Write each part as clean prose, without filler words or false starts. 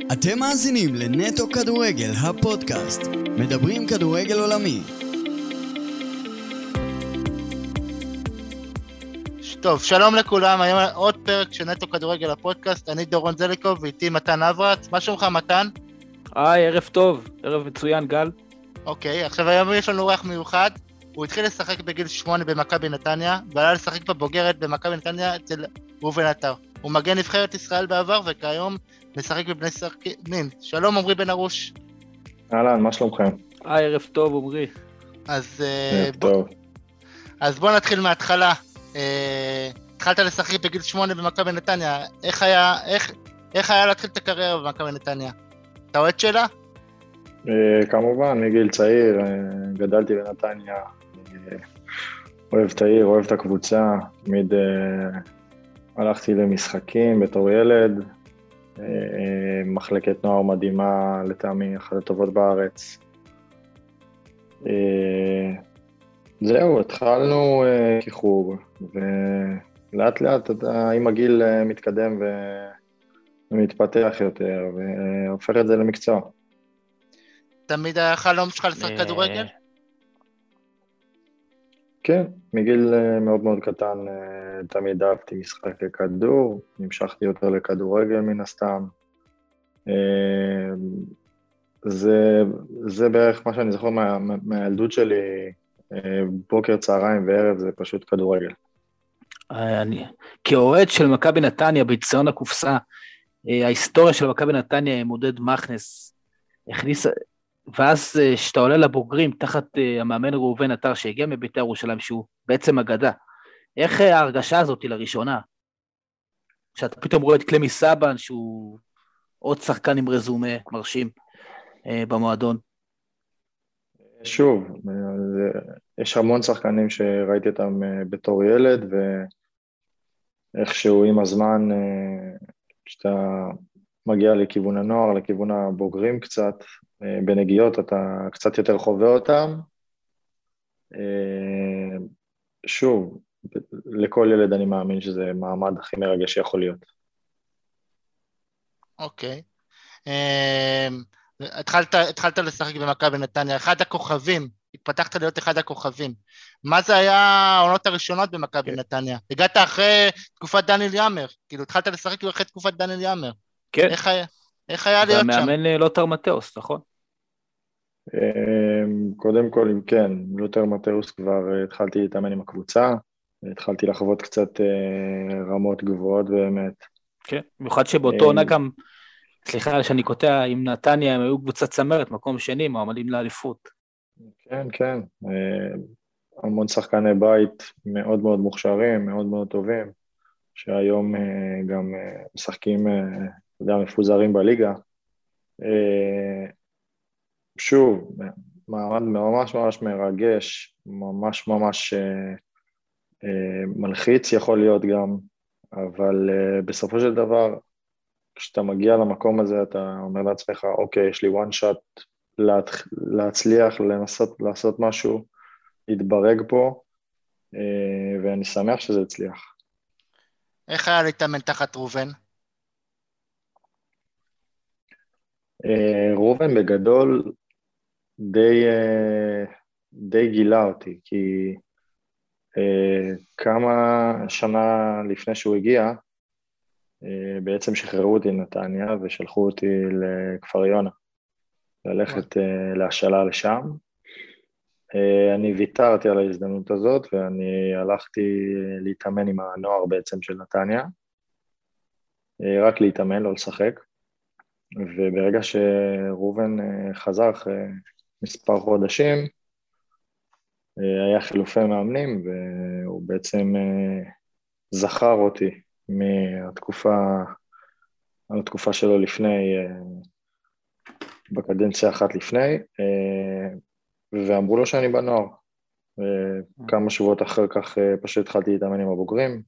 אתם מאזינים לנטו כדורגל, הפודקאסט. מדברים כדורגל עולמי. טוב, שלום לכולם, היום עוד פרק של נטו כדורגל, הפודקאסט. אני דורון זליקוב ואיתי מתן אברץ. מה שלומך מתן? היי, ערב טוב, ערב מצוין גל. אוקיי, עכשיו היום יש לנו אורח מיוחד. הוא התחיל לשחק בגיל 8 במכבי נתניה, ועלה לשחק בבוגרת במכבי נתניה אצל ראובן עטר. הוא מגן נבחרת ישראל בעבר, וכיום משחק בבני סכנין. שלום עמרי בן ארוש. אהלן, מה שלומכם? היי, ערב טוב עמרי. אז בוא נתחיל מההתחלה. התחלת לשחק בגיל 8 במכבי נתניה. איך היה להתחיל את הקריירה במכבי נתניה? אתה אוהד שלה? כמובן, מגיל צעיר, גדלתי בנתניה, אוהב את העיר, אוהב את הקבוצה, תמיד הלכתי למשחקים בתור ילד, מחלקת נוער מדהימה, לטעמי אחת הטובות בארץ. זהו, התחלנו כחוג, ולאט לאט עם הגיל מתקדם ומתפתח יותר, והופך את זה למקצוע. תמיד היה חלום שלך לשחק כדורגל? כן, מגיל מאוד מאוד קטן תמיד אהבתי משחק כדור, נמשכתי יותר לכדורגל מן הסתם. זה בערך מה שאני זוכר מהילדות שלי, בוקר, צהריים וערב זה פשוט כדורגל. כאוהד של מכבי נתניה ביציון הקופסה, ההיסטוריה של מכבי נתניה עם עודד מכנס, ואז שאתה עולה לבוגרים תחת המאמן ראובן עטר שהגיע מבית"ר ירושלים, שהוא בעצם אגדה. איך ההרגשה הזאת לראשונה? שאתה פתאום רואה את קלמי סבן, שהוא עוד שחקן עם רזומה מרשים במועדון. שוב, יש המון שחקנים שראיתי אותם בתור ילד, ואיכשהו עם הזמן, כשאתה מגיע לכיוון הנוער, לכיוון הבוגרים קצת, בנגיעות אתה קצת יותר חווה אותם. שוב, לכל ילד אני מאמין שזה מעמד הכי מרגש שיכול להיות. אוקיי. התחלת לשחק במכבי נתניה, אחד הכוכבים, התפתחת להיות אחד הכוכבים. מה זה היה העונות הראשונות במכבי נתניה? הגעת אחרי תקופת דניאל יאמר, כאילו התחלת לשחק אחרי תקופת דניאל יאמר. כן. איך היה להיות שם? והמאמן לוטר מתאוס, נכון? קודם כל, אם כן, לוטר מתאוס כבר התחלתי להתאמן עם הקבוצה, התחלתי לחוות קצת רמות גבוהות באמת. כן, במיוחד שבאותו עונה גם, סליחה שאני קוטע, עם נתניה הם היו קבוצת צמרת, מקום שני, מועמדים לאליפות. כן, כן, המון שחקני בית מאוד מאוד מוכשרים, מאוד מאוד טובים, שהיום גם משחקים, אתה יודע, מפוזרים בליגה. שוב, מעמד ממש ממש מרגש, ממש ממש מלחיץ יכול להיות גם, אבל בסופו של דבר, כשאתה מגיע למקום הזה, אתה אומר לעצמך, אוקיי, יש לי one shot להצליח, לנסות לעשות משהו, להתברג פה, ואני שמח שזה הצליח. איך היה להתאמן תחת ראובן? ראובן בגדול די גילה אותי, כי כמה שנה לפני שהוא הגיע, בעצם שחררו אותי לנתניה ושלחו אותי לכפר יונה, ללכת להשאלה לשם. אני ויתרתי על ההזדמנות הזאת, ואני הלכתי להתאמן עם הנוער בעצם של נתניה, רק להתאמן, לא לשחק. וברגע שראובן חזר אחרי מספר חודשים, היה חילופי מאמנים, והוא בעצם זכר אותי מהתקופה שלו לפני, בקדנציה אחת לפני, ואמרו לו שאני בנוער. כמה שבועות אחר כך פשוט התחלתי להתאמן עם הבוגרים,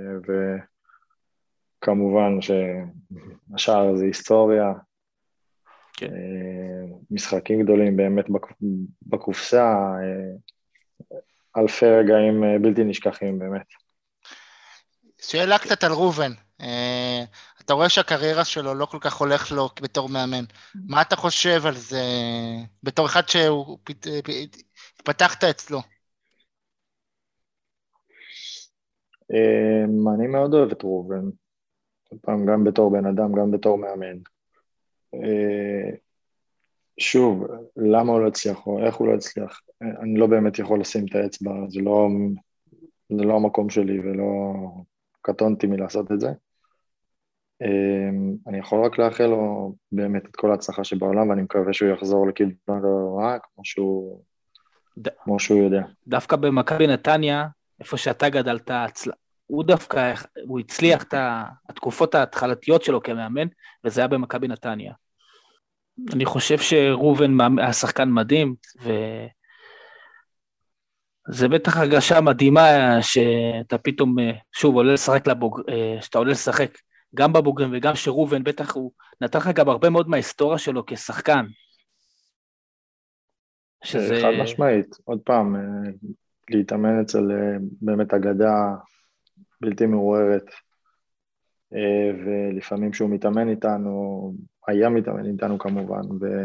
וכמובן שהשאר זה היסטוריה, כן. משחקים גדולים באמת בקופסה, אלפי רגעים בלתי נשכחים באמת. שאלה קצת על ראובן, אתה רואה שהקריירה שלו לא כל כך הולך לו בתור מאמן. מה אתה חושב על זה, בתור אחד שהוא פתחת אצלו? אני מאוד אוהב את ראובן, פעם גם בתור בן אדם, גם בתור מאמן. שוב, למה הוא לא הצליח, או איך הוא לא הצליח, אני לא באמת יכול לשים את האצבע, זה לא המקום שלי, ולא קטונתי מלעשות את זה. אני יכול רק לאחל לו באמת את כל ההצלחה שבעולם, ואני מקווה שהוא יחזור לכיוון הרעה, כמו שהוא יודע. דווקא במכבי נתניה, איפה שאתה גדלת, הוא הצליח את התקופות ההתחלתיות שלו כמאמן, וזה היה במכבי נתניה. אני חושב שראובן היה שחקן מדהים, וזה בטח הרגשה מדהימה שאתה פתאום שוב עולה לשחק שאתה עולה לשחק גם בבוגרים וגם שראובן בטח הוא נתן לך גם הרבה מאוד מההיסטוריה שלו כשחקן. חד משמעית, עוד פעם, להתאמן אצל באמת אגדה בלתי מעוררת, ולפעמים שהוא מתאמן איתנו, היה מתאמן איתנו כמובן,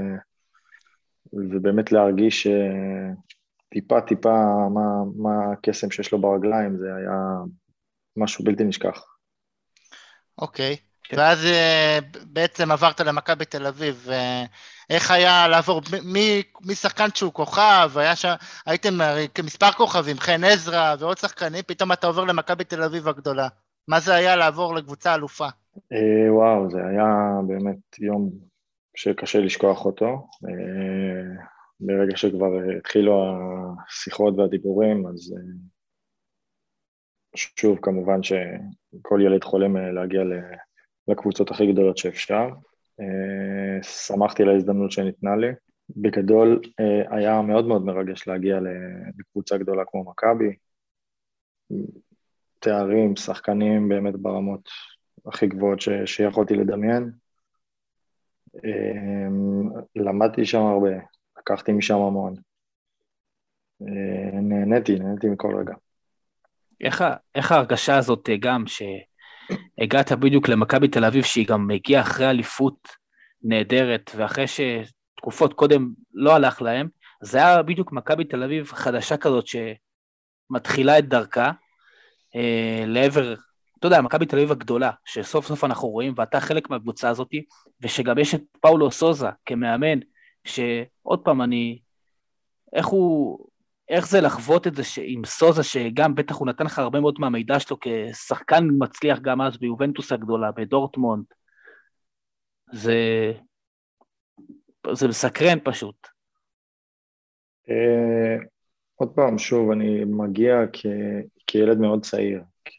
ובאמת להרגיש טיפה מה הקסם שיש לו ברגליים, זה היה משהו בלתי נשכח. אוקיי, ואז בעצם עברת למכבי תל אביב, איך היה לעבור משחקן שהוא כוכב, הייתם כמספר כוכבים, חן עזרא ועוד שחקנים, פתאום אתה עובר למכבי תל אביב הגדולה. מה זה היה לעבור לקבוצה אלופה? וואו, זה היה באמת יום שקשה לשכוח אותו. ברגע שכבר התחילו השיחות והדיבורים, אז שוב, כמובן שכל ילד חולם להגיע לקבוצות הכי גדולות שאפשר. שמחתי על ההזדמנות שניתנה לי. בגדול, היה מאוד מאוד מרגש להגיע לקבוצה גדולה כמו מכבי. תארים, שחקנים באמת ברמות הכי גבוהות שיכולתי לדמיין. למדתי שם הרבה, לקחתי משם המון. נהניתי מכל רגע. איך ההרגשה הזאת גם שהגעת בדיוק למכבי תל אביב, שהיא גם הגיעה אחרי אליפות נהדרת, ואחרי שתקופות קודם לא הלך להם, זה היה בדיוק מכבי תל אביב חדשה כזאת שמתחילה את דרכה, לעבר, אתה יודע, מכבי תל אביב הגדולה, שסוף סוף אנחנו רואים, ואתה חלק מהקבוצה הזאת, ושגם יש את פאולו סוזה כמאמן, שעוד פעם איך זה לחוות את זה עם סוזה, שגם בטח הוא נתן לך הרבה מאוד מהמידע שלו, כשחקן מצליח גם אז ביובנטוס הגדולה, בדורטמונד, זה מסקרן פשוט. עוד פעם, שוב, אני מגיע כילד מאוד צעיר,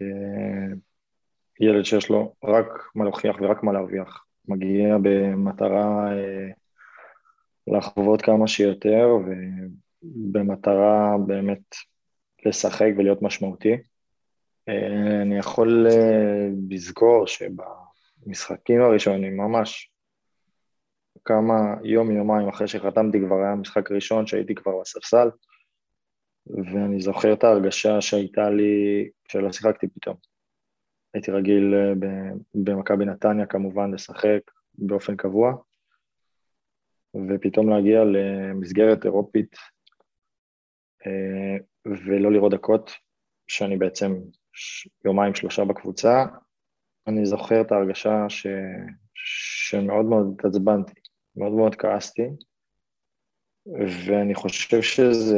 כילד שיש לו רק מה להוכיח ורק מה להרוויח. מגיע במטרה לחוות כמה שיותר, ובמטרה באמת לשחק ולהיות משמעותי. אני יכול לזכור שבמשחקים הראשונים, ממש כמה יומיים אחרי שחתמתי, כבר היה משחק ראשון שהייתי כבר בספסל, ואני זוכר את ההרגשה שהייתה לי כשלא שיחקתי פתאום. הייתי רגיל במכבי נתניה כמובן לשחק באופן קבוע, ופתאום להגיע למסגרת אירופית ולא לראות דקות, שאני בעצם יומיים שלושה בקבוצה. אני זוכר את ההרגשה שמאוד מאוד התעצבנתי, מאוד מאוד כעסתי, ואני חושב שזה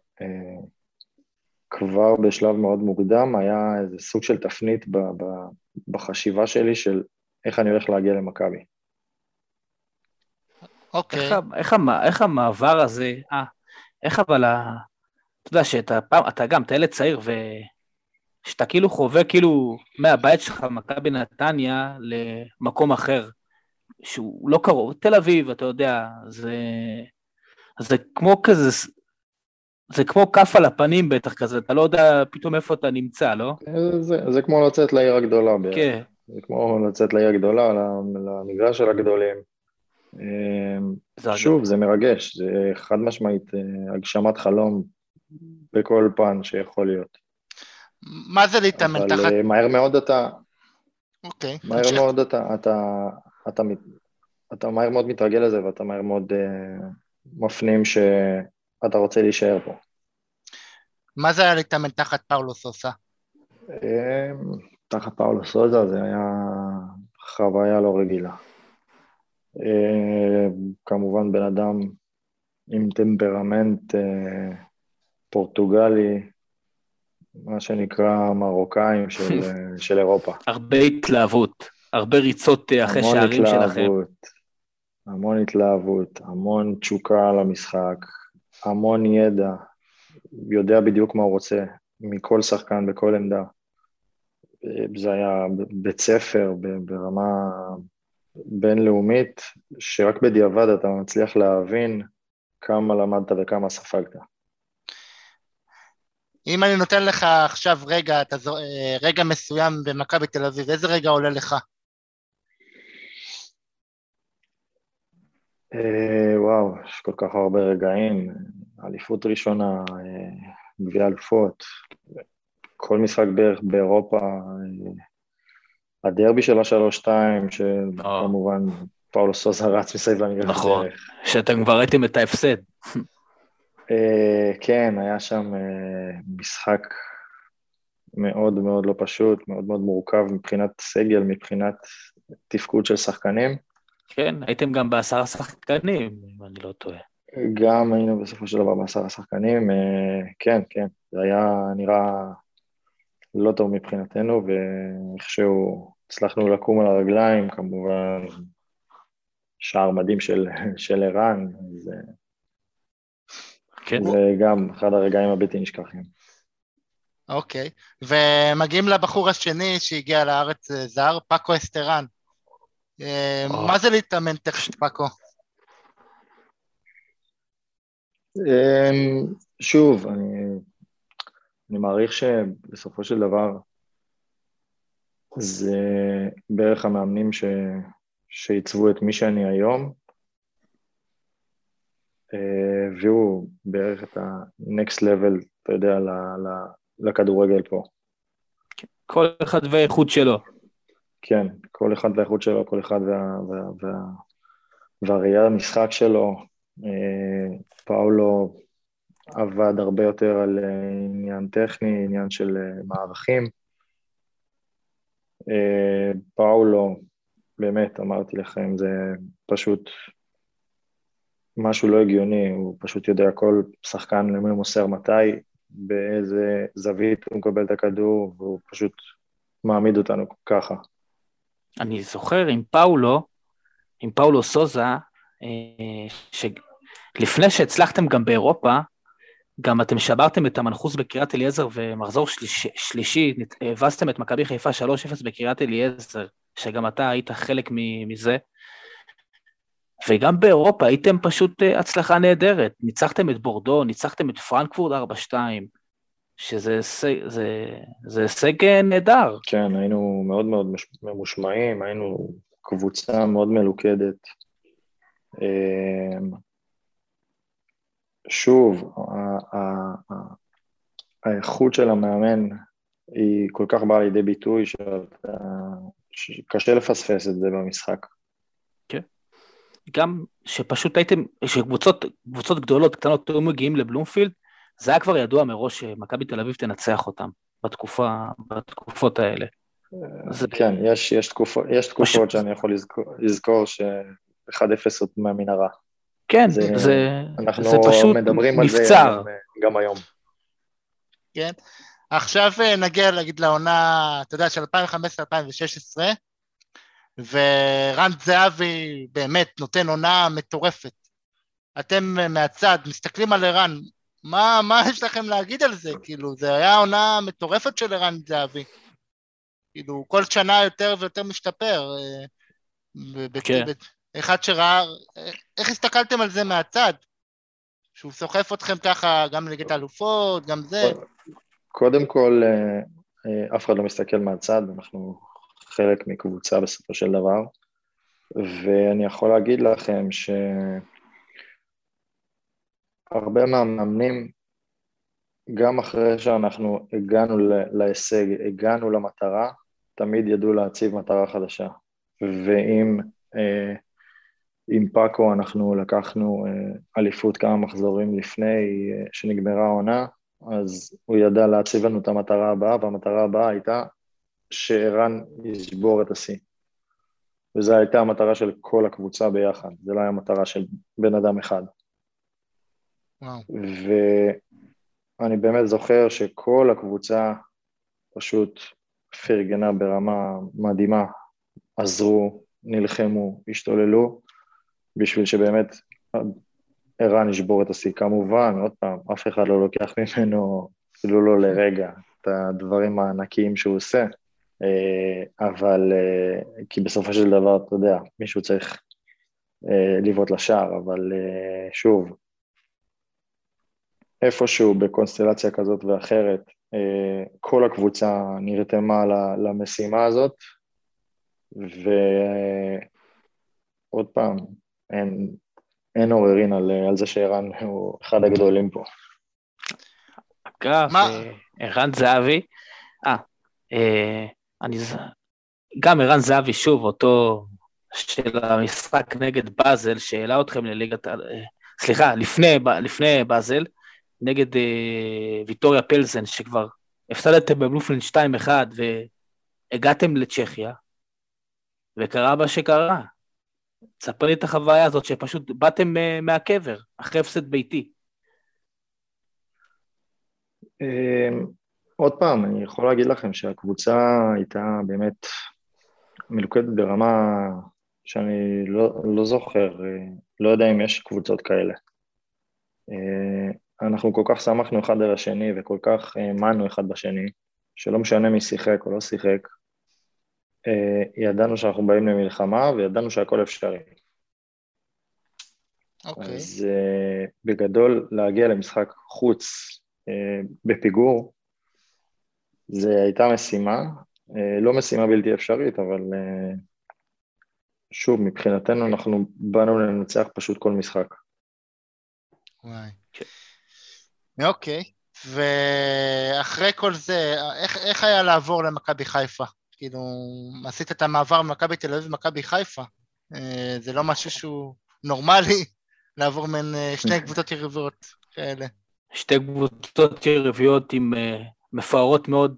כבר בשלב מאוד מוקדם היה איזה סוג של תפנית בחשיבה שלי של איך אני הולך להגיע למכבי. אוקיי. איך המעבר הזה, איך אבל, אתה יודע שאתה גם, אתה ילד צעיר, ושאתה כאילו חווה כאילו מהבית שלך, מכבי נתניה, למקום אחר, שהוא לא קרוב, תל אביב, אתה יודע, זה כמו כזה, זה כמו כף על הפנים בטח כזה, אתה לא יודע פתאום איפה אתה נמצא, לא? זה כמו לצאת לעיר הגדולה בערך. כן. זה כמו לצאת לעיר הגדולה, למגרש של הגדולים. שוב, זה מרגש, זה חד משמעית, הגשמת חלום בכל פן שיכול להיות. מה זה להתאמן תחת? אבל מהר מאוד אתה... אוקיי. מהר מאוד אתה מהר מאוד מתרגל לזה, ואתה מהר מאוד מפנים שאתה רוצה להישאר פה. מה זה היה להתאמן תחת פאולו סוסה? תחת פאולו סוזה זה היה חוויה לא רגילה. כמובן בן אדם עם טמפרמנט פורטוגלי, מה שנקרא מרוקאים של אירופה. הרבה התלהבות, הרבה ריצות אחרי שערים שלכם. המון התלהבות, המון תשוקה למשחק, המון ידע, יודע בדיוק מה הוא רוצה, מכל שחקן בכל עמדה. זה היה בית ספר ברמה בינלאומית, שרק בדיעבד אתה מצליח להבין כמה למדת וכמה ספגת. אם אני נותן לך עכשיו רגע מסוים במכבי תל אביב, איזה רגע עולה לך? וואו, יש כל כך הרבה רגעים, אליפות ראשונה, גביע אלופות, כל משחק בערך באירופה, הדרבי של ה-3-2, שכמובן פאולו סוזה רץ מסביב למגרש. נכון, שאתם כבר ראיתם את ההפסד. כן, היה שם משחק מאוד מאוד לא פשוט, מאוד מאוד מורכב מבחינת סגל, מבחינת תפקוד של שחקנים. כן, הייתם גם ב10 שחקנים, אם אני לא טועה. גם היינו בסופו של דבר ב10 שחקנים, כן, כן, זה היה נראה לא טוב מבחינתנו, ואיכשהו הצלחנו לקום על הרגליים, כמובן שער מדהים של ערן, כן. זה גם אחד הרגעים הבלתי נשכחים. אוקיי, ומגיעים לבחור השני שהגיע לארץ זר, פאקו אסטרן. מה זה להתאמן תחת פאקו? שוב, אני מעריך שבסופו של דבר זה בערך המאמנים שעיצבו את מי שאני היום, והוא בערך את ה-next level, אתה יודע, לכדורגל פה. כל אחד והאיכות שלו. כן, כל אחד והאיכות שלו, כל אחד והראייה המשחק שלו. פאולו עבד הרבה יותר על עניין טכני, עניין של מערכים. פאולו, באמת, אמרתי לכם, זה פשוט משהו לא הגיוני, הוא פשוט יודע כל שחקן למי הוא מוסר מתי, באיזה זווית הוא מקבל את הכדור, והוא פשוט מעמיד אותנו ככה. אני זוכר עם פאולו סוזה, שלפני שהצלחתם גם באירופה, גם אתם שברתם את המנחוס בקריית אליעזר, ומחזור שלישי, הבסתם את מכבי חיפה 3-0 בקריית אליעזר, שגם אתה היית חלק מזה, וגם באירופה הייתם פשוט הצלחה נהדרת, ניצחתם את בורדו, ניצחתם את פרנקפורט 4-2, שזה הישג נהדר. כן, היינו מאוד מאוד ממושמעים, היינו קבוצה מאוד מלוכדת. שוב, האיכות של המאמן היא כל כך באה לידי ביטוי שקשה לפספס את זה במשחק. כן. גם שפשוט הייתם, שקבוצות גדולות, קטנות, היו מגיעים לבלומפילד, זה היה כבר ידוע מראש שמכבי תל אביב תנצח אותם בתקופות האלה. כן, יש תקופות שאני יכול לזכור ש1-0 עוד מהמנהרה. כן, זה פשוט מבצר. אנחנו מדברים על זה גם היום. כן, עכשיו נגיע להגיד לעונה, אתה יודע, של 2015-2016, ורן זהבי באמת נותן עונה מטורפת. אתם מהצד מסתכלים על ערן, מה יש לכם להגיד על זה? כאילו, זה היה עונה מטורפת של ערן זהבי. כאילו, כל שנה יותר ויותר משתפר. כן. אחד שראה, איך הסתכלתם על זה מהצד? שהוא סוחף אתכם ככה, גם נגד האלופות, גם זה? קודם כל, אף אחד לא מסתכל מהצד, אנחנו חלק מקבוצה בסופו של דבר, ואני יכול להגיד לכם שהרבה מהמאמנים, גם אחרי שאנחנו הגענו להישג, הגענו למטרה, תמיד ידעו להציב מטרה חדשה, עם פאקו אנחנו לקחנו אליפות כמה מחזורים לפני שנגמרה העונה, אז הוא ידע להציב לנו את המטרה הבאה, והמטרה הבאה הייתה שערן ישבור את השיא. וזו הייתה המטרה של כל הקבוצה ביחד, זה לא היה מטרה של בן אדם אחד. וואו. ואני באמת זוכר שכל הקבוצה פשוט פרגנה ברמה מדהימה, עזרו, נלחמו, השתוללו, בשביל שבאמת ערן ישבור את השיא. כמובן, עוד פעם, אף אחד לא לוקח ממנו, אפילו לא לרגע, את הדברים הענקיים שהוא עושה, אבל כי בסופו של דבר, אתה יודע, מישהו צריך לבעוט לשער, אבל שוב, איפשהו בקונסטלציה כזאת ואחרת, כל הקבוצה נרתמה למשימה הזאת, ועוד פעם, אין עוררין על זה שערן הוא אחד הגדולים פה. אגב, ערן זהבי, גם ערן זהבי, שוב, אותו של המשחק נגד באזל, שהעלה אתכם לליגת, סליחה, לפני באזל, נגד ויטוריה פלזן, שכבר הפסדתם בבלומפילד 2-1, והגעתם לצ'כיה, וקרה מה שקרה. תספר לי את החוויה הזאת, שפשוט באתם מהקבר, אחרי הפסד ביתי. עוד פעם, אני יכול להגיד לכם שהקבוצה הייתה באמת מלוכדת ברמה שאני לא זוכר, לא יודע אם יש קבוצות כאלה. אנחנו כל כך שמחנו אחד על השני וכל כך האמנו אחד בשני, שלא משנה מי שיחק או לא שיחק, ידענו שאנחנו באים למלחמה וידענו שהכל אפשרי. אוקיי. אז בגדול להגיע למשחק חוץ בפיגור, זה הייתה משימה, לא משימה בלתי אפשרית, אבל שוב, מבחינתנו אנחנו באנו לנצח פשוט כל משחק. וואי. אוקיי, ואחרי כל זה, איך היה לעבור למכבי חיפה? כאילו, עשית את המעבר ממכבי תל אביב ומכבי חיפה. זה לא משהו שהוא נורמלי, לעבור בין שני קבוצות יריביות כאלה. שתי קבוצות יריביות עם מפוארות מאוד,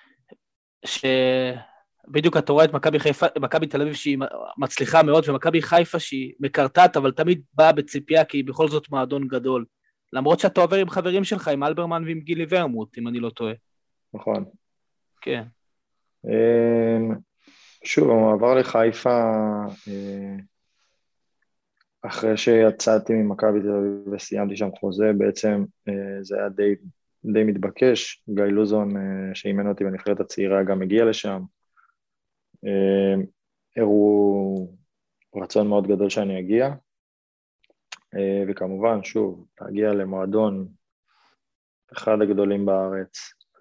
שבדיוק אתה רואה את מכבי תל אביב שהיא מצליחה מאוד, ומכבי חיפה שהיא מקרטט, אבל תמיד באה בציפייה, כי היא בכל זאת מועדון גדול. למרות שאתה עובר עם חברים שלך, עם אלברמן ועם גילי ורמוט, אם אני לא טועה. נכון. כן. שוב, המעבר לחיפה, אחרי שיצאתי ממכבי תל אביב וסיימתי שם חוזה, בעצם זה היה די מתבקש. גיא לוזון, שאימן אותי בנבחרת הצעירה, גם הגיע לשם. הראו רצון מאוד גדול שאני אגיע, וכמובן, שוב, להגיע למועדון אחד הגדולים בארץ,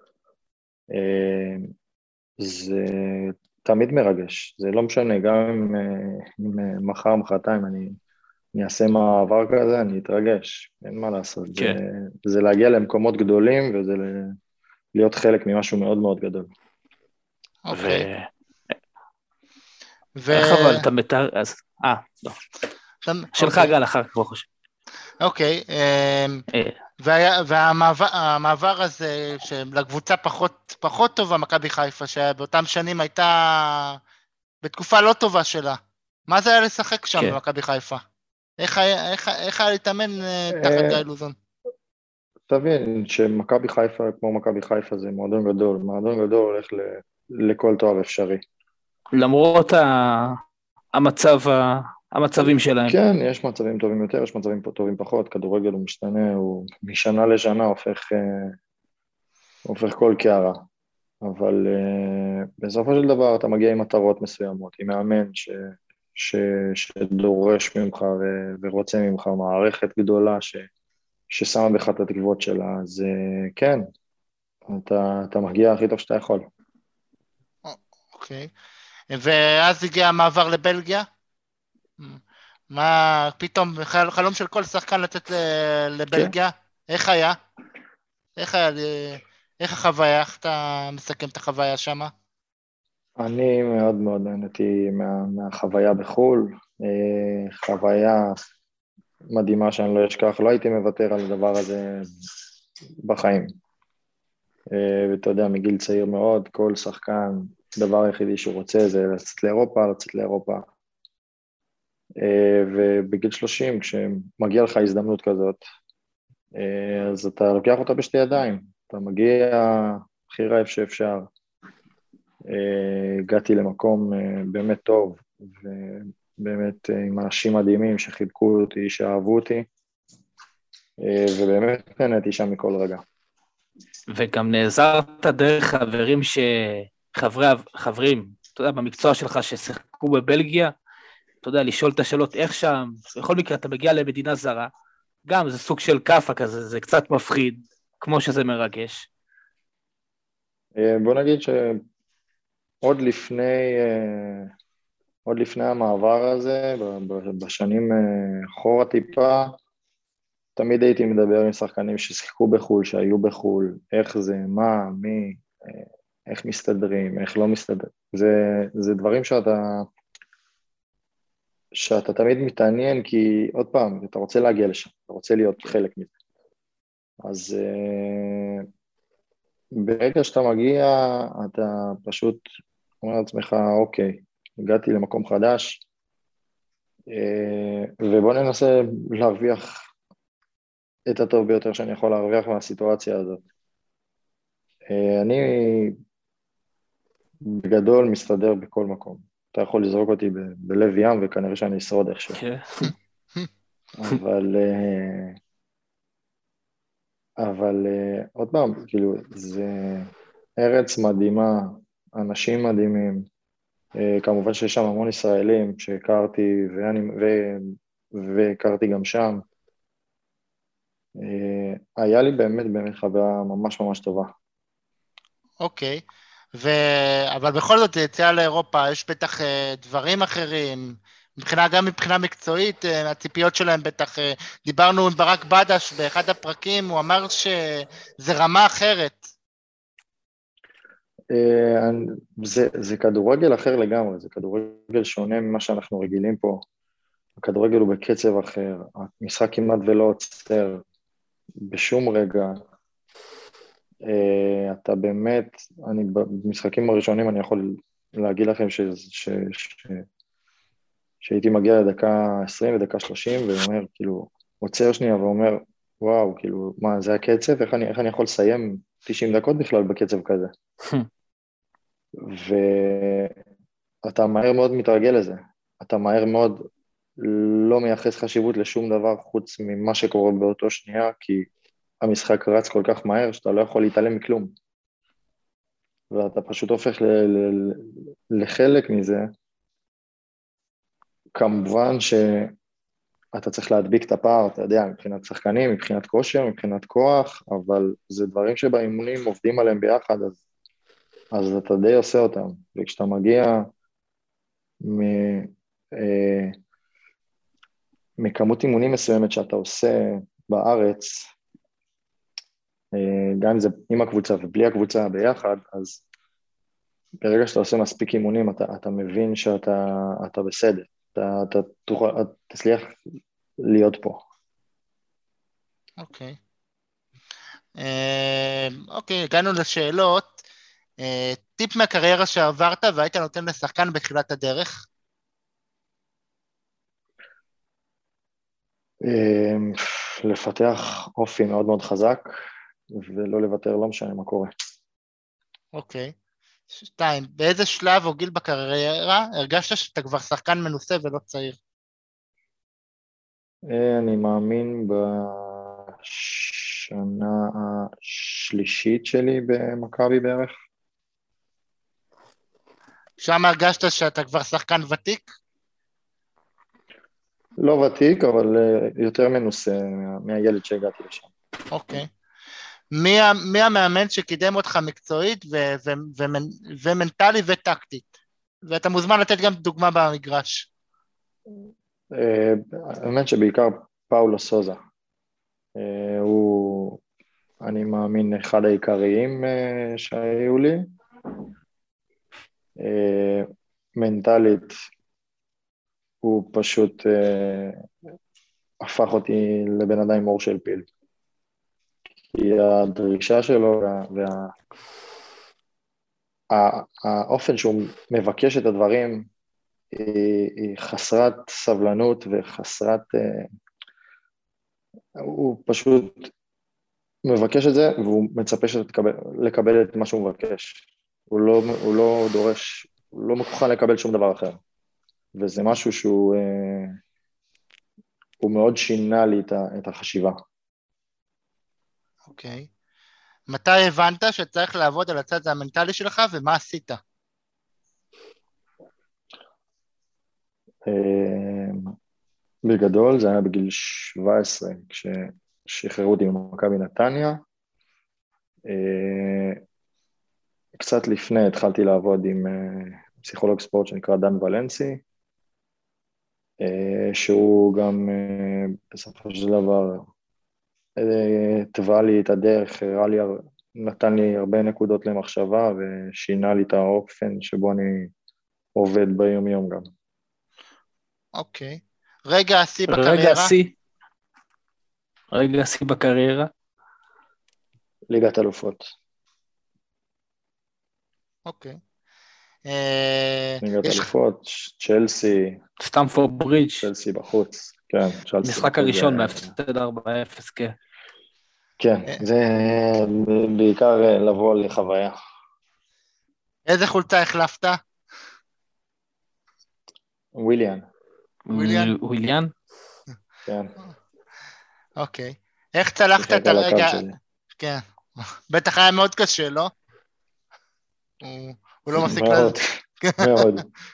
זה תמיד מרגש. זה לא משנה, גם אם מחר, מחרתיים, אני אעשה מעבר כזה, אני אתרגש, אין מה לעשות. כן. זה להגיע למקומות גדולים, וזה להיות חלק ממשהו מאוד מאוד גדול. אוקיי. איך אבל אתה מתאר, אז, לא. שלך גל אחר כך, חושב. אוקיי, והמעבר הזה, לקבוצה פחות טובה, מכבי חיפה, שבאותם שנים הייתה בתקופה לא טובה שלה, מה זה היה לשחק שם במכבי חיפה? איך היה להתאמן תחת גיא לוזון? תבין שמכבי חיפה, כמו מכבי חיפה, זה מועדון גדול. מועדון גדול הולך לכל תואר אפשרי. למרות המצבים שלהם. כן, יש מצבים טובים יותר, יש מצבים טובים פחות. כדורגל הוא משתנה, הוא משנה לשנה הופך כל קערה. אבל בסופו של דבר אתה מגיע עם מטרות מסוימות, עם מאמן שדורש ממך ורוצה ממך מערכת גדולה ששמה בך את התקוות שלה, אז כן, אתה מגיע הכי טוב שאתה יכול. אוקיי, ואז הגיע המעבר לבלגיה? מה, פתאום חלום של כל שחקן לתת לבלגיה? איך היה? איך החוויה? איך אתה מסכם את החוויה שמה? אני מאוד מאוד נהניתי מהחוויה בחו"ל, חוויה מדהימה שאני לא אשכח, לא הייתי מוותר על הדבר הזה בחיים. ואתה יודע, מגיל צעיר מאוד, כל שחקן, דבר היחידי שהוא רוצה זה לצאת לאירופה. ובגיל 30, כשמגיע לך הזדמנות כזאת, אז אתה לוקח אותה בשתי ידיים, אתה מגיע הכי רעב שאפשר. הגעתי למקום באמת טוב, ובאמת עם אנשים מדהימים שחיבקו אותי, שאהבו אותי, ובאמת נהניתי שם מכל רגע. וגם נעזרת דרך חברים, אתה יודע, במקצוע שלך ששיחקו בבלגיה, אתה יודע, לשאול את השאלות איך שם, בכל מקרה אתה מגיע למדינה זרה, גם זה סוג של קאפה כזה, זה קצת מפחיד, כמו שזה מרגש. בוא נגיד שעוד לפני המעבר הזה, בשנים אחורה טיפה, תמיד הייתי מדבר עם שחקנים ששיחקו בחול, שהיו בחול, איך זה, מה, מי, איך מסתדרים, איך לא מסתדרים. זה דברים שאתה תמיד מתעניין, כי עוד פעם, אתה רוצה להגיע לשם, אתה רוצה להיות חלק מזה. אז ברגע שאתה מגיע, אתה פשוט אומר לעצמך, אוקיי, הגעתי למקום חדש, ובוא ננסה להרוויח את הטוב ביותר שאני יכול להרוויח מהסיטואציה הזאת. אני בגדול מסתדר בכל מקום. אתה יכול לזרוק אותי בלב ים, וכנראה שאני אשרוד איכשהו. אבל עוד פעם, כאילו, זה ארץ מדהימה, אנשים מדהימים, כמובן שיש שם המון ישראלים שהכרתי, והכרתי גם שם. היה לי באמת חוויה ממש ממש טובה. אוקיי, אבל בכל זאת, יציאה לאירופה, יש בטח דברים אחרים, גם מבחינה מקצועית, הציפיות שלהם בטח, דיברנו עם ברק בדש באחד הפרקים, הוא אמר שזה רמה אחרת. זה כדורגל אחר לגמרי, זה כדורגל שונה ממה שאנחנו רגילים פה. הכדורגל הוא בקצב אחר, המשחק כמעט ולא עוצר בשום רגע. אתה באמת, במשחקים הראשונים אני יכול להגיד לכם שהייתי מגיע לדקה 20 ודקה 30, ואומר, כאילו, עוצר שנייה ואומר, וואו, כאילו, מה, זה הקצב? איך אני יכול לסיים 90 דקות בכלל בקצב כזה? ואתה מהר מאוד מתרגל לזה, אתה מהר מאוד לא מייחס חשיבות לשום דבר חוץ ממה שקורה באותו שנייה, כי המשחק רץ כל כך מהר שאתה לא יכול להתעלם מכלום. ואתה פשוט הופך לחלק מזה. כמובן שאתה צריך להדביק את הפער, אתה יודע, מבחינת שחקנים, מבחינת כושר, מבחינת כוח, אבל זה דברים שבאימונים עובדים עליהם ביחד, אז אתה די עושה אותם. וכשאתה מגיע מכמות אימונים מסוימת שאתה עושה בארץ, גם אם זה עם הקבוצה ובלי הקבוצה ביחד, אז ברגע שאתה עושה מספיק אימונים, אתה מבין שאתה בסדר, אתה תצליח להיות פה. אוקיי. אוקיי, הגענו לשאלות. טיפ מהקריירה שעברת והיית נותן לשחקן בתחילת הדרך? לפתח אופי מאוד מאוד חזק, ולא לוותר, לא משנה מה קורה. אוקיי. 2, באיזה שלב או גיל בקריירה הרגשת שאתה כבר שחקן מנוסה ולא צעיר? אני מאמין בשנה השלישית שלי במכבי בערך. שם הרגשת שאתה כבר שחקן ותיק? לא ותיק, אבל יותר מנוסה מהילד שהגעתי לשם. אוקיי. מי המאמן שקידם אותך מקצועית ומנטלי וטקטית? ואתה מוזמן לתת גם דוגמה במגרש. האמת שבעיקר פאולו סוזה. הוא, אני מאמין, אחד העיקריים שהיו לי. מנטלית, הוא פשוט הפך אותי לבן אדם עם אור של פיל. כי הדרישה שלו והאופן שהוא מבקש את הדברים היא חסרת סבלנות וחסרת... הוא פשוט מבקש את זה והוא מצפה לקבל את מה שהוא מבקש. הוא לא דורש, הוא לא מוכן לקבל שום דבר אחר. וזה משהו שהוא מאוד שינה לי את החשיבה. אוקיי. מתי הבנת שצריך לעבוד על הצד המנטלי שלך, ומה עשית? בגדול זה היה בגיל 17, כששחררו אותי ממכבי נתניה. קצת לפני התחלתי לעבוד עם פסיכולוג ספורט שנקרא דן ולנסי, שהוא גם בסופו של דבר טבע לי את הדרך, נתן לי הרבה נקודות למחשבה ושינה לי את האופן שבו אני עובד ביום יום גם. אוקיי. רגע השיא בקריירה? רגע השיא בקריירה? ליגת אלופות. אוקיי. ליגת אלופות, צ'לסי. סטמפורד ברידג'. צ'לסי בחוץ, כן. משחק הראשון מהפסד 4-0, כן. כן, זה בעיקר לבוא לחוויה. איזה חולצה החלפת? וויליאן. וויליאן? כן. אוקיי. איך צלחת את הרגע? כן. בטח היה מאוד קשה, לא? הוא לא מפסיק מאוד, מאוד.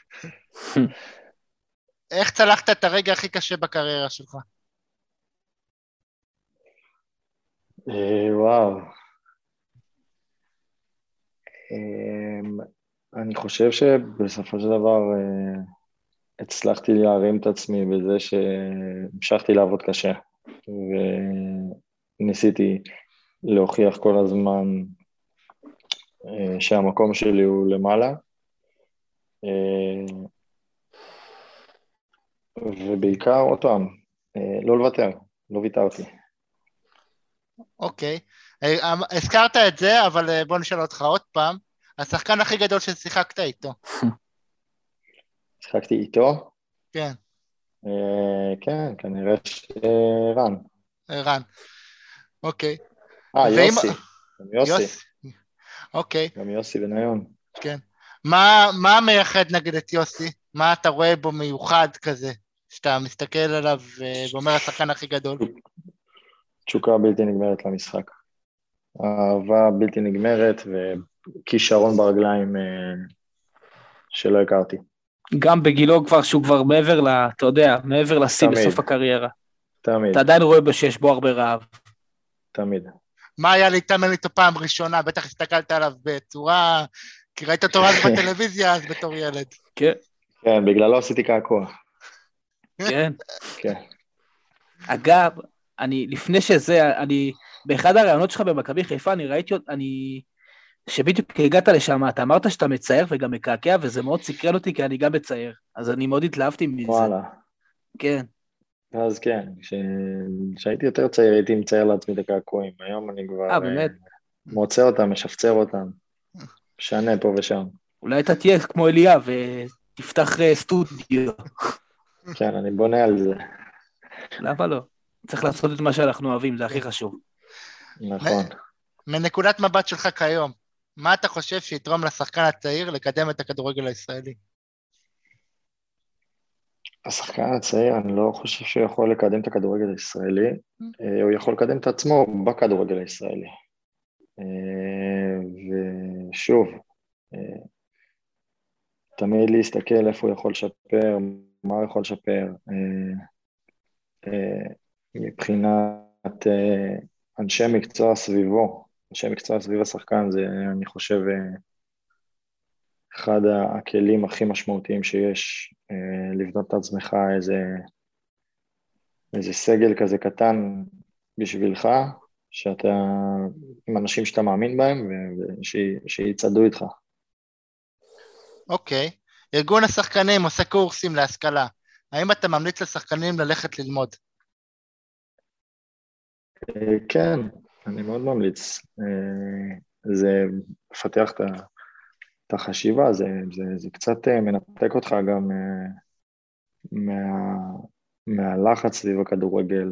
איך צלחת את הרגע הכי קשה בקריירה שלך? וואו. אני חושב שבסופו של דבר הצלחתי להרים את עצמי בזה שהמשכתי לעבוד קשה, וניסיתי להוכיח כל הזמן שהמקום שלי הוא למעלה, ובעיקר עוד פעם, לא לוותר, לא ויתרתי. אוקיי, הזכרת את זה, אבל בוא נשאל אותך עוד פעם, השחקן הכי גדול ששיחקת איתו. שיחקתי איתו? כן. כן, כנראה רן. רן, אוקיי. יוסי. יוסי. אוקיי. גם יוסי בניון. כן. מה מייחד נגד את יוסי? מה אתה רואה בו מיוחד כזה, שאתה מסתכל עליו ואומר השחקן הכי גדול? תשוקה בלתי נגמרת למשחק. אהבה בלתי נגמרת וכישרון ברגליים שלא הכרתי. גם בגילו כבר, שהוא כבר מעבר אתה יודע, מעבר לשיא בסוף הקריירה. תמיד. אתה עדיין רואה שיש בו הרבה רעב. תמיד. מה היה להתאמן איתו פעם ראשונה? בטח הסתכלת עליו בצורה, כי ראית אותו אז בטלוויזיה, אז בתור ילד. כן. כן, בגללו עשיתי קעקוע. כן. כן. אגב, לפני שזה, באחד הראיונות שלך במכבי חיפה, אני ראיתי, שבדיוק הגעת לשם, אתה אמרת שאתה מצייר וגם מקעקע, וזה מאוד סקרן אותי, כי אני גם מצייר. אז אני מאוד התלהבתי מזה. וואלה. כן. אז כן, כשהייתי יותר צעיר, הייתי מצייר לעצמי את הקעקועים. היום אני כבר מוצא אותם, משפצר אותם, משנה פה ושם. אולי אתה תהיה כמו אליה ותפתח סטודיו. כן, אני בונה על זה. למה לא? צריך לעשות את מה שאנחנו אוהבים, זה הכי חשוב. נכון. מנקודת מבט שלך כיום, מה אתה חושב שיתרום לשחקן הצעיר לקדם את הכדורגל הישראלי? השחקן הצעיר, אני לא חושב שהוא יכול לקדם את הכדורגל הישראלי, הוא יכול לקדם את עצמו בכדורגל הישראלי. ושוב, תמיד להסתכל איפה הוא יכול לשפר, מה הוא יכול לשפר, מבחינת אנשי מקצוע סביבו, אנשי מקצוע סביב השחקן, זה אני חושב אחד הכלים הכי משמעותיים שיש, לבנות את עצמך איזה סגל כזה קטן בשבילך, שאתה עם אנשים שאתה מאמין בהם, ושיצעדו איתך. אוקיי. ארגון השחקנים עושה קורסים להשכלה. האם אתה ממליץ לשחקנים ללכת ללמוד? כן, אני מאוד ממליץ. זה מפתח את החשיבה, זה קצת מנתק אותך גם מהלחץ סביב הכדורגל.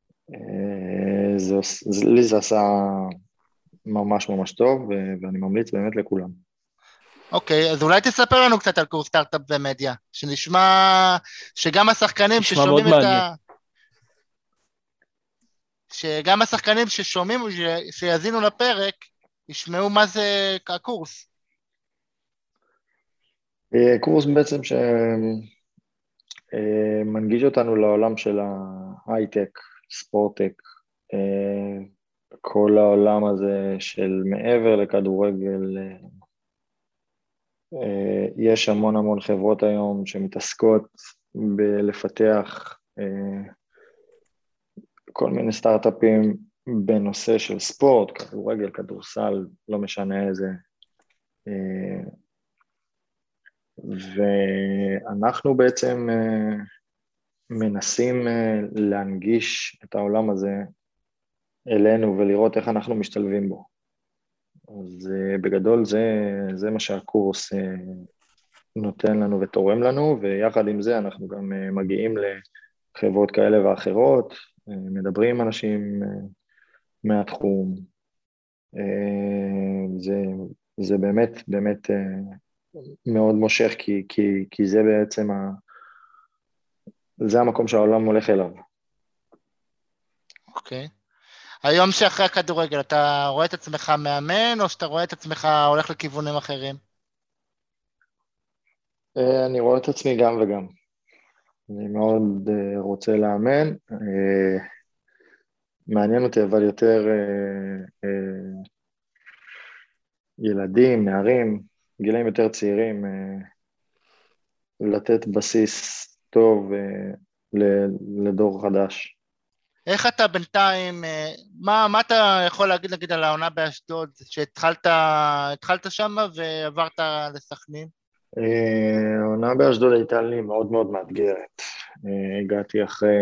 לי זה עשה ממש ממש טוב, ואני ממליץ באמת לכולם. אוקיי, אז אולי תספר לנו קצת על קורס סטארט-אפ ומדיה, שנשמע שגם השחקנים נשמע מאוד ששומעים מעניין. שגם השחקנים ששומעים, שיזינו לפרק, ישמעו מה זה הקורס. קורס בעצם שמנגיש אותנו לעולם של ההייטק, ספורטק, כל העולם הזה של מעבר לכדורגל. יש המון המון חברות היום שמתעסקות בלפתח כל מיני סטארט-אפים בנושא של ספורט, כדורגל, כדורסל, לא משנה איזה. ואנחנו בעצם מנסים להנגיש את העולם הזה אלינו ולראות איך אנחנו משתלבים בו. אז בגדול זה מה שהקורס נותן לנו ותורם לנו, ויחד עם זה אנחנו גם מגיעים לחברות כאלה ואחרות, מדברים עם אנשים מהתחום. זה באמת באמת מאוד מושך, כי זה בעצם זה המקום שהעולם הולך אליו. אוקיי. היום שאחרי הכדורגל, אתה רואה את עצמך מאמן, או שאתה רואה את עצמך הולך לכיוונים אחרים? אני רואה את עצמי גם וגם. אני מאוד רוצה לאמן. מעניין אותי אבל יותר ילדים, נערים, גילאים יותר צעירים, לתת בסיס טוב לדור חדש. איך אתה בינתיים, מה אתה יכול להגיד נגיד על העונה באשדוד, שהתחלת שם ועברת לסכנין? העונה באשדוד הייתה לי מאוד מאוד מאתגרת. הגעתי אחרי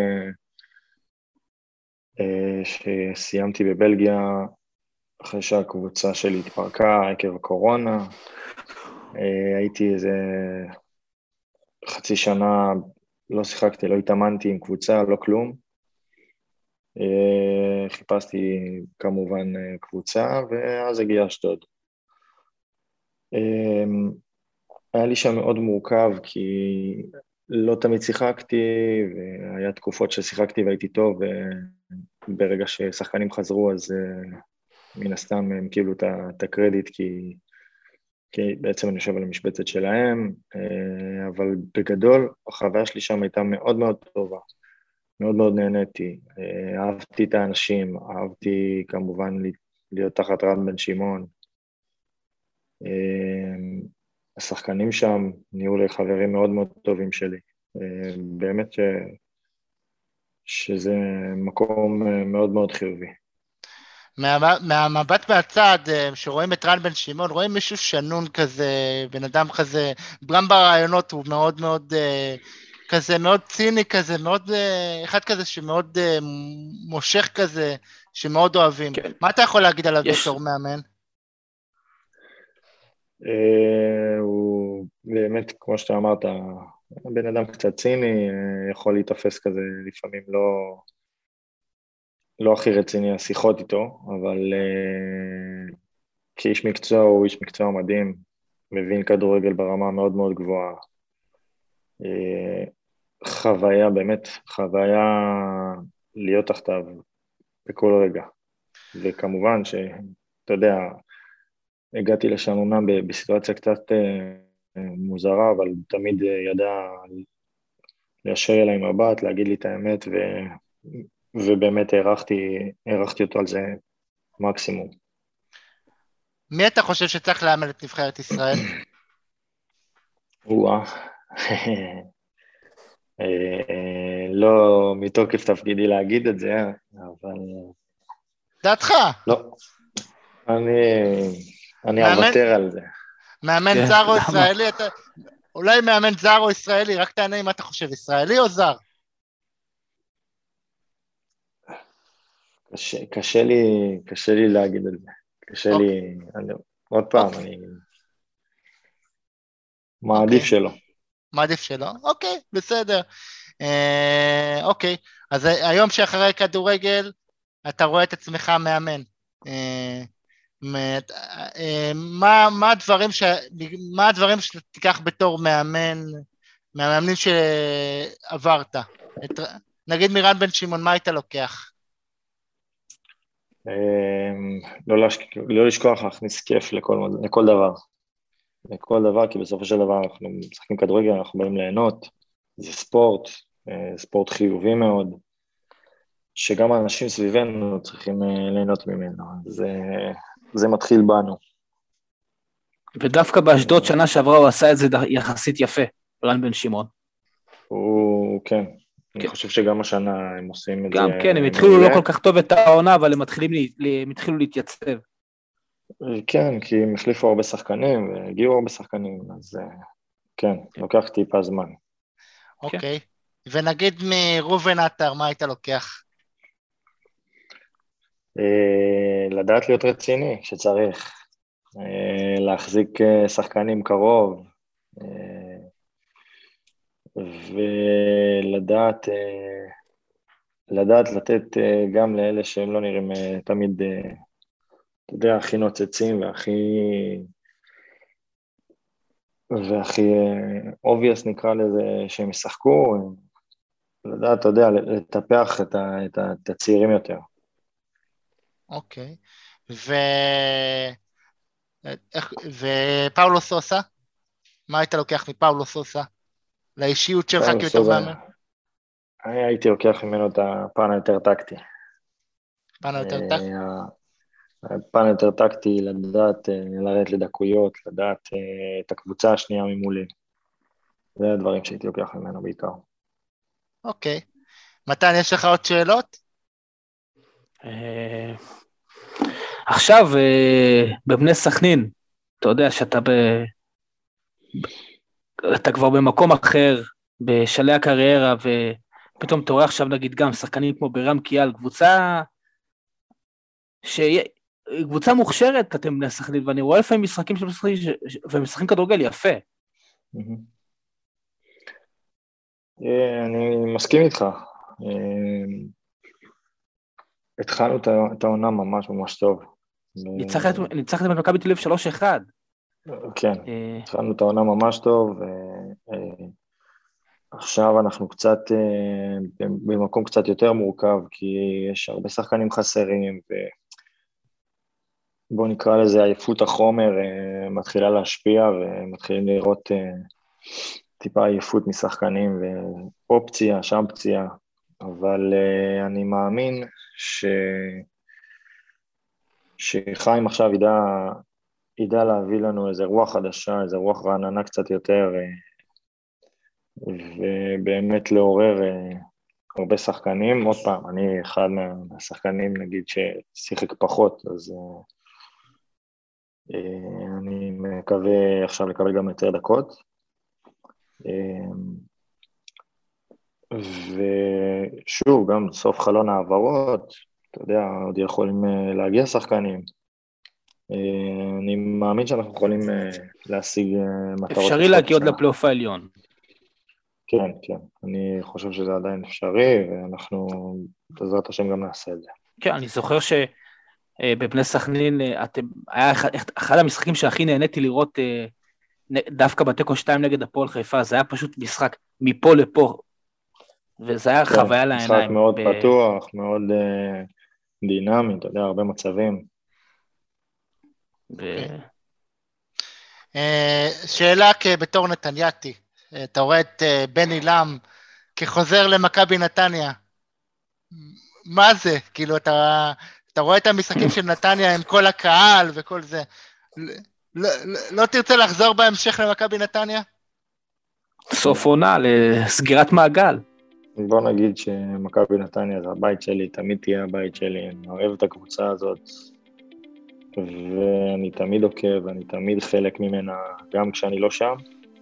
שסיימתי בבלגיה, אחרי שהקבוצה שלי התפרקה עקב הקורונה. הייתי איזה חצי שנה, לא שיחקתי, לא התאמנתי עם קבוצה, לא כלום. חיפשתי כמובן קבוצה, ואז הגיע אשדוד. היה לי שם מאוד מורכב, כי לא תמיד שיחקתי, והיה תקופות ששיחקתי והייתי טוב, וברגע ששחקנים חזרו, אז מן הסתם הם קיבלו את הקרדיט, כי בעצם אני יושב על המשבצת שלהם, אבל בגדול, החוויה שלי שם הייתה מאוד מאוד טובה. מאוד מאוד נהניתי, אהבתי את האנשים, אהבתי כמובן להיות תחת רן בן שמעון. השחקנים שם נהיו לי חברים מאוד מאוד טובים שלי. באמת שזה מקום מאוד מאוד חיובי. מהמבט מהצד, שרואים את רן בן שמעון, רואים מישהו שנון כזה, בן אדם כזה, גם ברעיונות הוא מאוד מאוד כזה, מאוד ציני כזה, מאוד, אחד כזה שמאוד מושך כזה, שמאוד אוהבים. כן. מה אתה יכול להגיד עליו בתור מאמן? הוא באמת, כמו שאתה אמרת, בן אדם קצת ציני, יכול להתאפס כזה, לפעמים לא הכי רציני השיחות איתו, אבל כאיש מקצוע הוא איש מקצוע מדהים, מבין כדורגל ברמה מאוד מאוד גבוהה. חוויה, באמת, חוויה להיות תחתיו בכל רגע. וכמובן שאתה יודע, הגעתי לשם אומנם בסיטואציה קצת מוזרה, אבל תמיד ידע ליישר אליי מבט, להגיד לי את האמת, ובאמת הערכתי אותו על זה מקסימום. מי אתה חושב שצריך לאמן את נבחרת ישראל? לא מתוקף תפקידי להגיד את זה, אבל... דעתך? לא. אני אוותר על זה. מאמן זר או ישראלי, אולי מאמן זר או ישראלי, רק תענה אם אתה חושב, ישראלי או זר? קשה לי להגיד את זה. קשה לי, עוד פעם, אני מעדיף שלא. מעדיף שלא, אוקיי, בסדר. אוקיי, אז היום שאחרי כדורגל, אתה רואה את עצמך מאמן. מה הדברים שתיקח בתור מאמן, מהמאמנים שעברת? נגיד מירן בן שמעון, מה היית לוקח? לא לשכוח להכניס כיף לכל דבר. לכל דבר, כי בסופו של דבר אנחנו משחקים כדורגל, אנחנו באים ליהנות, זה ספורט, ספורט חיובי מאוד, שגם האנשים סביבנו צריכים ליהנות ממנו, זה מתחיל בנו. ודווקא באשדוד שנה שעברה הוא עשה את זה יחסית יפה, מירן בן שמעון. כן, אני חושב שגם השנה הם עושים את זה. גם כן, הם התחילו לא כל כך טוב את העונה, אבל הם התחילו להתייצב. כן, כי הם החליפו הרבה שחקנים, והגיעו הרבה שחקנים, אז כן, לוקח טיפה זמן. אוקיי, ונגיד מרובן עטר, מה היית לוקח? לדעת להיות רציני כשצריך, להחזיק שחקנים קרוב, ולדעת לתת גם לאלה שהם לא נראים תמיד, אתה יודע, הכי נוצצים והכי obvious נקרא לזה שהם ישחקו, לדעת, אתה יודע, לטפח את הצעירים יותר. אוקיי, ופאולו סוסה? מה היית לוקח מפאולו סוסה? לאישיות שלך כיותר מאמן? הייתי לוקח ממנו את הפן היותר טקטי. פן היותר טקטי? פן יותר טקטי, לדעת לרדת לדקויות, לדעת את הקבוצה השנייה ממולי. זה הדברים שהייתי לוקח ממנו בעיקר. אוקיי. מתן, יש לך עוד שאלות? עכשיו, בבני סכנין, אתה יודע שאתה אתה כבר במקום אחר, בשלהי הקריירה, ופתאום אתה רואה עכשיו נגיד גם שחקנים כמו ברם קיאל, קבוצה מוכשרת, אתם בני סכנין, ואני רואה לפעמים משחקים של משחקים, ומשחקים כדורגל יפה. אני מסכים איתך. התחלנו את העונה ממש ממש טוב. ניצחתם את מכבי תל אביב 3-1. כן, התחלנו את העונה ממש טוב, עכשיו אנחנו קצת במקום קצת יותר מורכב, כי יש הרבה שחקנים חסרים, ובוא נקרא לזה עייפות החומר מתחילה להשפיע, ומתחילים לראות טיפה עייפות משחקנים, ופה פציעה, שם פציעה, אבל אני מאמין שחיים עכשיו ידע להביא לנו איזה רוח חדשה, איזה רוח רעננה קצת יותר, ובאמת לעורר הרבה שחקנים. עוד פעם, אני אחד מהשחקנים, נגיד, ששיחק פחות, אז אני מקווה עכשיו לקבל גם יותר דקות. ושוב, גם סוף חלון העברות, אתה יודע, עוד יכולים להגיע שחקנים. אני מאמין שאנחנו יכולים להשיג מטרות. אפשרי להגיע עוד לפלייאוף העליון. כן, כן. אני חושב שזה עדיין אפשרי, ואנחנו בעזרת השם גם נעשה את זה. כן, אני זוכר שבבני סכנין, היה אחד המשחקים שהכי נהניתי לראות, דווקא בתיקו 2 נגד הפועל חיפה, זה היה פשוט משחק מפה לפה, וזה היה חוויה לעיניים. משחק מאוד פתוח, מאוד דינמי, אתה יודע, הרבה מצבים. שאלה בתור נתנייתי, אתה רואה את בני לם כחוזר למכבי נתניה, מה זה? כאילו אתה רואה את המשחקים של נתניה עם כל הקהל וכל זה, לא תרצה לחזור בהמשך למכבי נתניה? סוף עונה לסגירת מעגל. בוא נגיד שמכבי נתניה זה הבית שלי, תמיד תהיה הבית שלי, אני אוהב את הקבוצה הזאת, ואני תמיד עוקב, ואני תמיד חלק ממנה, גם כשאני לא שם.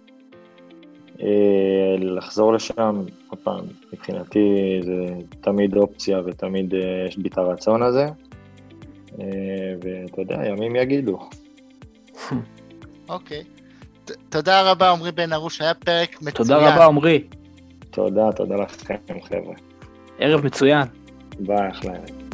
לחזור לשם, עוד פעם, מבחינתי זה תמיד אופציה, ותמיד יש בי את הרצון הזה, ואתה יודע, ימים יגידו. אוקיי. תודה רבה, עמרי בן ארוש, היה פרק מצוין. תודה רבה, עמרי. תודה לכם, חבר'ה. ערב מצוין. ביי, אחלה.